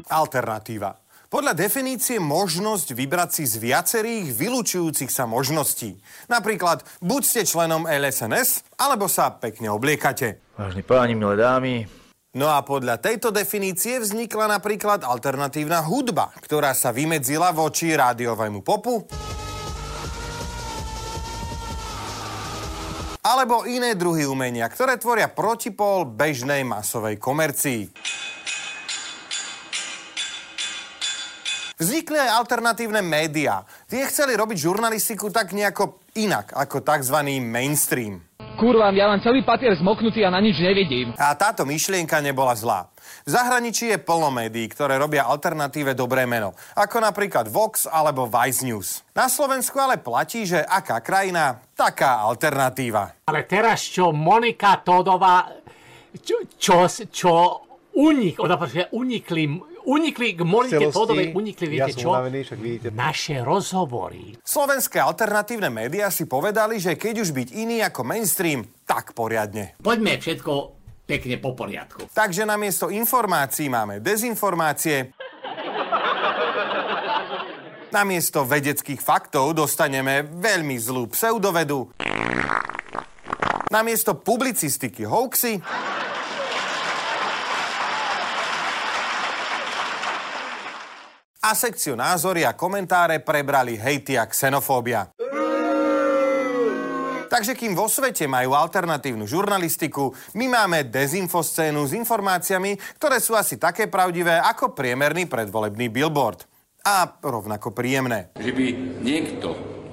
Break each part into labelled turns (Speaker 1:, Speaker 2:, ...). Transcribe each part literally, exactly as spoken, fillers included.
Speaker 1: Alternatíva. Podľa definície možnosť vybrať si z viacerých vylučujúcich sa možností. Napríklad, buď ste členom el es en es, alebo sa pekne obliekate.
Speaker 2: Vážni páni, milé dámy.
Speaker 1: No a podľa tejto definície vznikla napríklad alternatívna hudba, ktorá sa vymedzila voči rádiovému popu, alebo iné druhy umenia, ktoré tvoria protipól bežnej masovej komercii. Vznikli aj alternatívne médiá. Tie chceli robiť žurnalistiku tak nejako inak, ako tzv. Mainstream.
Speaker 3: Kurva, ja mám celý papier zmoknutý a na nič nevidím.
Speaker 1: A táto myšlienka nebola zlá. V zahraničí je plno médií, ktoré robia alternatíve dobré meno, ako napríklad Vox alebo Vice News. Na Slovensku ale platí, že aká krajina, taká alternatíva.
Speaker 4: Ale teraz čo Monika Tódová, čo, čo, čo unik, unikli... Unikli k Monike Tódovej, unikli, viete ja čo? Unavený, vidíte. Naše rozhovory.
Speaker 1: Slovenské alternatívne médiá si povedali, že keď už byť iný ako mainstream, tak poriadne.
Speaker 4: Poďme všetko pekne po poriadku.
Speaker 1: Takže namiesto informácií máme dezinformácie. Namiesto vedeckých faktov dostaneme veľmi zlú pseudovedu. Namiesto publicistiky hoaxy. A sekciu názory a komentáre prebrali hejty a xenofóbia. Takže kým vo svete majú alternatívnu žurnalistiku, my máme dezinfoscénu s informáciami, ktoré sú asi také pravdivé ako priemerný predvolebný billboard. A rovnako príjemné.
Speaker 5: Že by niekto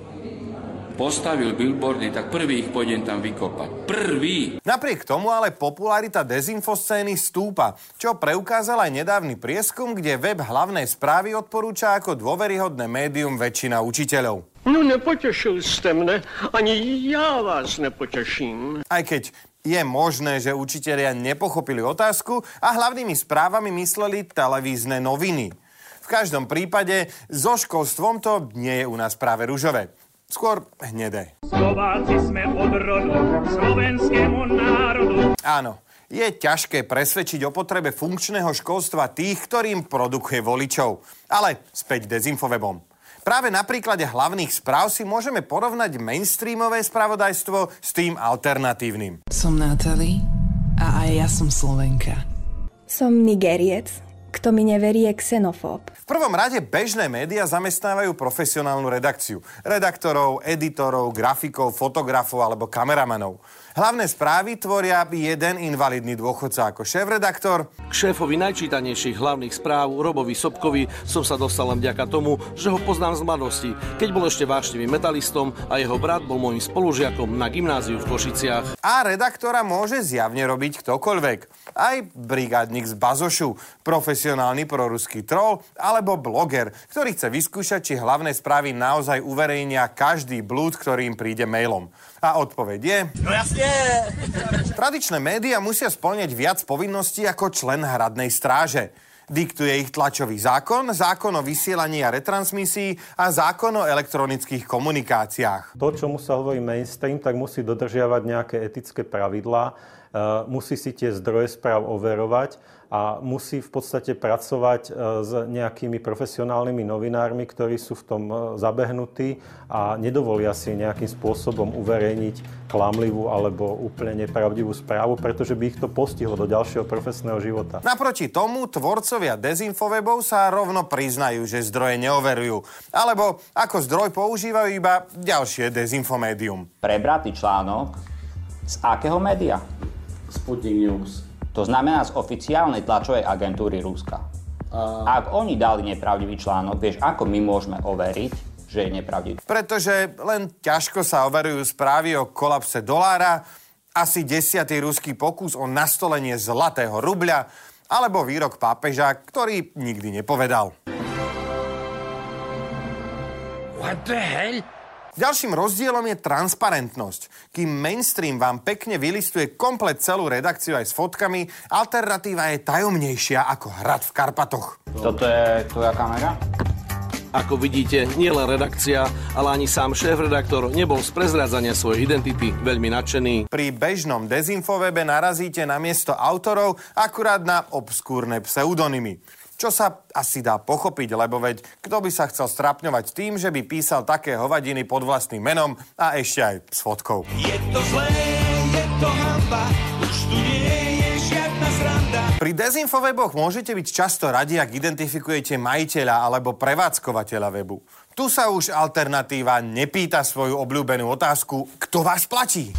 Speaker 5: postavil billboardy, tak prvý ich pôjdem tam vykopať. Prvý!
Speaker 1: Napriek tomu ale popularita dezinfoscény stúpa, čo preukázal aj nedávny prieskum, kde web Hlavné správy odporúča ako dôveryhodné médium väčšina učiteľov.
Speaker 6: No nepotešil ste mne, ani ja vás nepoteším.
Speaker 1: Aj keď je možné, že učitelia nepochopili otázku a hlavnými správami mysleli televízne noviny. V každom prípade so školstvom to nie je u nás práve ružové. Skôr hnedé.
Speaker 7: Slováci sme od rodu slovenskému národu.
Speaker 1: Áno, je ťažké presvedčiť o potrebe funkčného školstva tých, ktorým produkuje voličov. Ale späť dezinfowebom. Práve na príklade hlavných správ si môžeme porovnať mainstreamové spravodajstvo s tým alternatívnym.
Speaker 8: Som Natalie a aj ja som Slovenka.
Speaker 9: Som Nigériec. Kto mi neverí, je xenofób.
Speaker 1: V prvom rade bežné médiá zamestnávajú profesionálnu redakciu. Redaktorov, editorov, grafikov, fotografov alebo kameramanov. Hlavné správy tvoria jeden invalidný dôchodca ako šéf-redaktor.
Speaker 10: K šéfovi najčítanejších hlavných správ, Robovi Sobkovi, som sa dostal len vďaka tomu, že ho poznám z mladosti, keď bol ešte vášnivým metalistom a jeho brat bol môjim spolužiakom na gymnáziu v Košiciach.
Speaker 1: A redaktora môže zjavne robiť ktokoľvek. Aj brigádnik z Bazošu, profesionálny proruský troll alebo bloger, ktorý chce vyskúšať, či hlavné správy naozaj uverejnia každý blúd, ktorý im príde mailom. A odpoveď je...
Speaker 4: No jasne!
Speaker 1: Tradičné médiá musia spĺňať viac povinností ako člen hradnej stráže. Diktuje ich tlačový zákon, zákon o vysielaní a retransmisii a zákon o elektronických komunikáciách.
Speaker 11: To, čomu sa hovorí mainstream, tak musí dodržiavať nejaké etické pravidlá, musí si tie zdroje správ overovať a musí v podstate pracovať s nejakými profesionálnymi novinármi, ktorí sú v tom zabehnutí a nedovolia si nejakým spôsobom uverejniť klamlivú alebo úplne nepravdivú správu, pretože by ich to postihlo do ďalšieho profesného života.
Speaker 1: Naproti tomu tvorcovia dezinfowebov sa rovno priznajú, že zdroje neoverujú, alebo ako zdroj používajú iba ďalšie dezinfomédium.
Speaker 12: Prebratý článok z akého média?
Speaker 5: Sputnik News.
Speaker 12: To znamená z oficiálnej tlačovej agentúry Ruska. A... Ak oni dali nepravdivý článok, vieš, ako my môžeme overiť, že je nepravdivý?
Speaker 1: Pretože len ťažko sa overujú správy o kolapse dolára, asi desiatý ruský pokus o nastolenie zlatého rubľa, alebo výrok pápeža, ktorý nikdy nepovedal.
Speaker 6: What the hell?
Speaker 1: Ďalším rozdielom je transparentnosť. Kým mainstream vám pekne vylistuje komplet celú redakciu aj s fotkami, alternatíva je tajomnejšia ako hrad v Karpatoch.
Speaker 12: Toto je tvoja kamera?
Speaker 10: Ako vidíte, nielen redakcia, ale ani sám šéf-redaktor nebol z prezrádzania svojej identity veľmi nadšený.
Speaker 1: Pri bežnom dezinfowebe narazíte namiesto autorov akurát na obskúrne pseudonymy. Čo sa asi dá pochopiť, lebo veď kto by sa chcel strapňovať tým, že by písal také hovadiny pod vlastným menom a ešte aj s fotkou. Je to zlé, je to hanba, už tu nie je žiadna sranda. Pri dezinfoweboch môžete byť často radi, ak identifikujete majiteľa alebo prevádzkovateľa webu. Tu sa už Alternatíva nepýta svoju obľúbenú otázku, kto vás platí?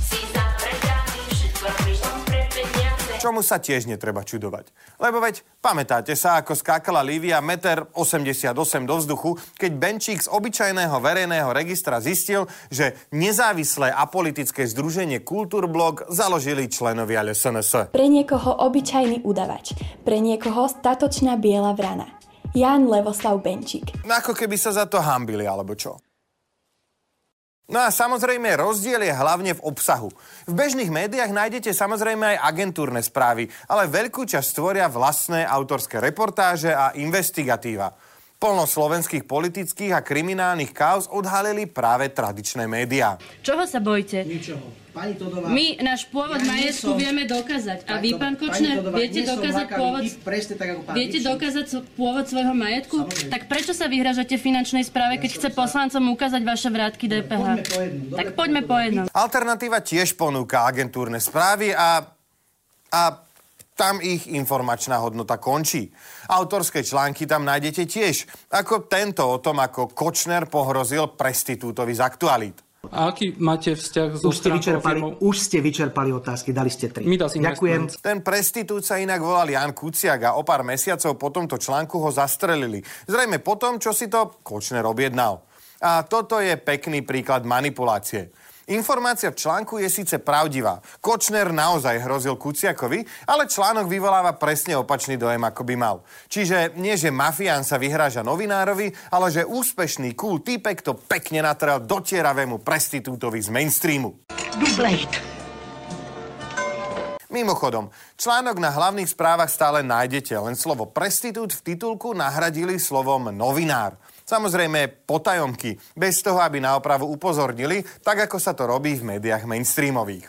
Speaker 1: Čomu sa tiež netreba čudovať. Lebo veď pamätáte sa, ako skákala Lívia jeden osemdesiatosem do vzduchu, keď Benčík z obyčajného verejného registra zistil, že nezávislé apolitické združenie Kultúrblok založili členovia el es en es.
Speaker 9: Pre niekoho obyčajný udavač, pre niekoho statočná biela vrana. Ján Levoslav Benčík.
Speaker 1: Ako keby sa za to hanbili, alebo čo? No a samozrejme, rozdiel je hlavne v obsahu. V bežných médiách nájdete samozrejme aj agentúrne správy, ale veľkú časť tvoria vlastné autorské reportáže a investigatíva. Plno slovenských politických a kriminálnych kauz odhalili práve tradičné médiá.
Speaker 2: Čoho sa bojíte?
Speaker 13: Ničoho. Pani Todová,
Speaker 2: my náš pôvod ja majetku som... vieme dokázať. A vy, pán Kočner, Todová, viete dokázať pôvod... Tak, viete Vyčín. dokázať pôvod svojho majetku? Samozrejme. Tak prečo sa vyhražate finančnej správe, keď chce poslancom ukázať vaše vrátky dé pé há? Poďme po jednom. Tak poďme po jednom.
Speaker 1: Alternatíva tiež ponúka agentúrne správy a... a tam ich informačná hodnota končí. Autorské články tam nájdete tiež, ako tento o tom, ako Kočner pohrozil prestitútovi z aktualít.
Speaker 14: A aký máte vzťah so
Speaker 13: už ste, vyčerpali, už ste vyčerpali otázky, dali ste tri.
Speaker 1: Ďakujem. Ten prestitút sa inak volal Ján Kuciak a o pár mesiacov po tomto článku ho zastrelili. Zrejme po tom, čo si to Kočner objednal. A toto je pekný príklad manipulácie. Informácia v článku je síce pravdivá. Kočner naozaj hrozil Kuciakovi, ale článok vyvoláva presne opačný dojem, ako by mal. Čiže nie, že mafián sa vyhráža novinárovi, ale že úspešný cool týpek to pekne natrel dotieravému prestitútovi z mainstreamu. Mimochodom, článok na hlavných správach stále nájdete, len slovo prestitút v titulku nahradili slovom novinár. Samozrejme potajomky, bez toho, aby na opravu upozornili, tak ako sa to robí v médiách mainstreamových.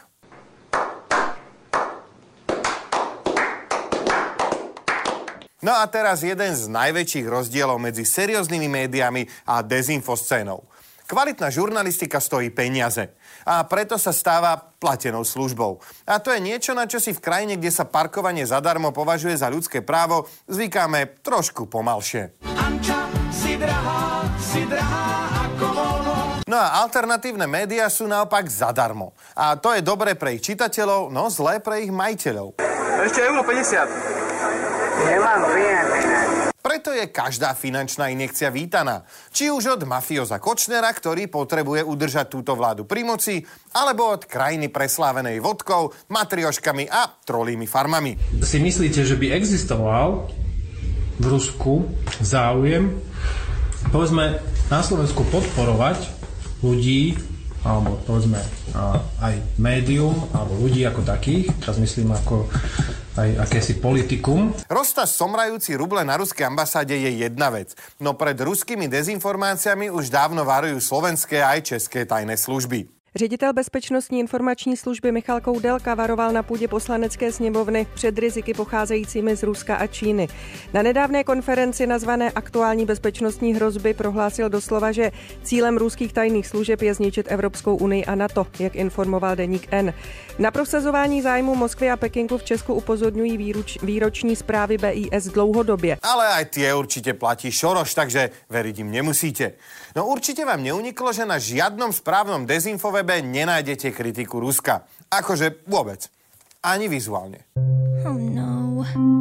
Speaker 1: No a teraz jeden z najväčších rozdielov medzi serióznymi médiami a dezinfoscénou. Kvalitná žurnalistika stojí peniaze a preto sa stáva platenou službou. A to je niečo, na čo si v krajine, kde sa parkovanie zadarmo považuje za ľudské právo, zvykáme trošku pomalšie. Anča, si drahá, si drahá ako voľno. No a alternatívne médiá sú naopak zadarmo. A to je dobré pre ich čitateľov, no zlé pre ich majiteľov.
Speaker 15: Ešte euro päťdesiat. Nemám peniaze.
Speaker 1: Preto je každá finančná injekcia vítaná. Či už od mafioza Kočnera, ktorý potrebuje udržať túto vládu pri moci, alebo od krajiny preslávenej vodkou, matrioškami a trolými farmami.
Speaker 16: Si myslíte, že by existoval v Rusku záujem, povedzme, na Slovensku podporovať ľudí, alebo povedzme aj médium, alebo ľudí ako takých, teraz myslím ako aj akési politikum.
Speaker 1: Roztaz somrajúci ruble na ruskej ambasáde je jedna vec, no pred ruskými dezinformáciami už dávno varujú slovenské aj české tajné služby.
Speaker 17: Ředitel Bezpečnostní informační služby Michal Koudelka varoval na půdě poslanecké sněmovny před riziky pocházejícími z Ruska a Číny. Na nedávné konferenci nazvané Aktuální bezpečnostní hrozby prohlásil doslova, že cílem ruských tajných služeb je zničit Evropskou unii a NATO, jak informoval deník N. Na prosazování zájmu Moskvy a Pekingu v Česku upozorňují výroč, výroční zprávy bé í es dlouhodobě.
Speaker 1: Ale aj tie určite platí Šoroš, takže veriť im nemusíte. No určite vám neuniklo, že na žiadnom správnom dezinfowebe nenájdete kritiku Ruska. Akože vôbec. Ani vizuálne.
Speaker 9: Oh no.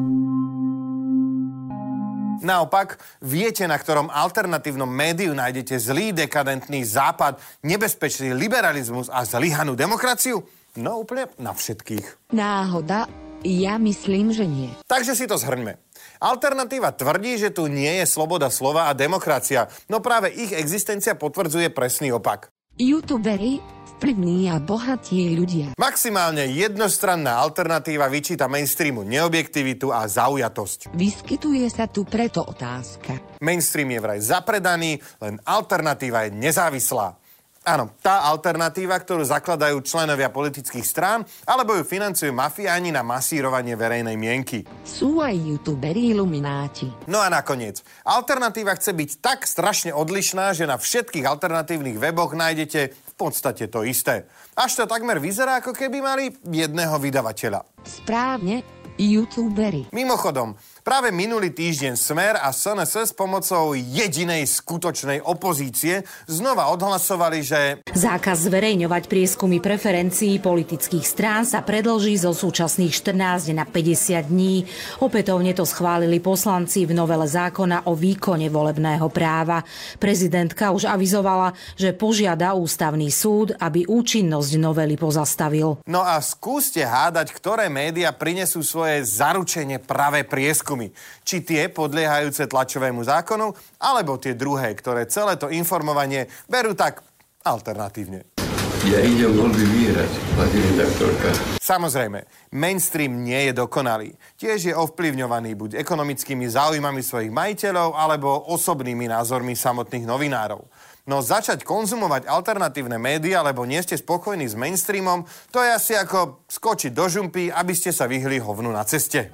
Speaker 1: Naopak, viete, na ktorom alternatívnom médiu nájdete zlý dekadentný západ, nebezpečný liberalizmus a zlyhanú demokraciu? No úplne na všetkých.
Speaker 18: Náhoda? Ja myslím, že nie.
Speaker 1: Takže si to zhrňme. Alternatíva tvrdí, že tu nie je sloboda slova a demokracia, no práve ich existencia potvrdzuje presný opak.
Speaker 18: Youtuberi, vplyvní a bohatí ľudia.
Speaker 1: Maximálne jednostranná alternatíva vyčíta mainstreamu neobjektivitu a zaujatosť.
Speaker 18: Vyskytuje sa tu preto otázka.
Speaker 1: Mainstream je vraj zapredaný, len alternatíva je nezávislá. Áno, tá alternatíva, ktorú zakladajú členovia politických strán, alebo ju financujú mafiáni na masírovanie verejnej mienky.
Speaker 18: Sú aj youtuberi ilumináti.
Speaker 1: No a nakoniec, alternatíva chce byť tak strašne odlišná, že na všetkých alternatívnych weboch nájdete v podstate to isté. Až to takmer vyzerá, ako keby mali jedného vydavateľa.
Speaker 18: Správne, youtuberi.
Speaker 1: Mimochodom, práve minulý týždeň Smer a es en es s pomocou jedinej skutočnej opozície znova odhlasovali, že
Speaker 19: zákaz zverejňovať prieskumy preferencií politických strán sa predĺží zo súčasných štrnásť na päťdesiat dní. Opätovne to schválili poslanci v novele zákona o výkone volebného práva. Prezidentka už avizovala, že požiada ústavný súd, aby účinnosť novely pozastavil.
Speaker 1: No a skúste hádať, ktoré médiá prinesú svoje zaručenie pravé prieskumy. Či tie podliehajúce tlačovému zákonu, alebo tie druhé, ktoré celé to informovanie berú tak alternatívne.
Speaker 20: Ja idem voľby vyhrať, pani redaktorka.
Speaker 1: Samozrejme, mainstream nie je dokonalý. Tiež je ovplyvňovaný buď ekonomickými záujmami svojich majiteľov, alebo osobnými názormi samotných novinárov. No začať konzumovať alternatívne médiá, lebo nie ste spokojní s mainstreamom, to je asi ako skočiť do žumpy, aby ste sa vyhli hovnu na ceste.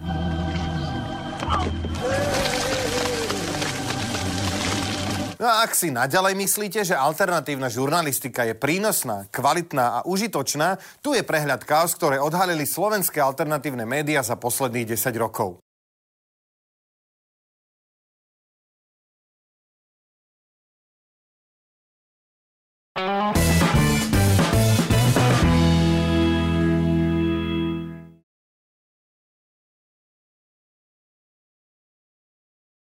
Speaker 1: No a ak si naďalej myslíte, že alternatívna žurnalistika je prínosná, kvalitná a užitočná, tu je prehľad káuz, ktoré odhalili slovenské alternatívne médiá za posledných desať rokov.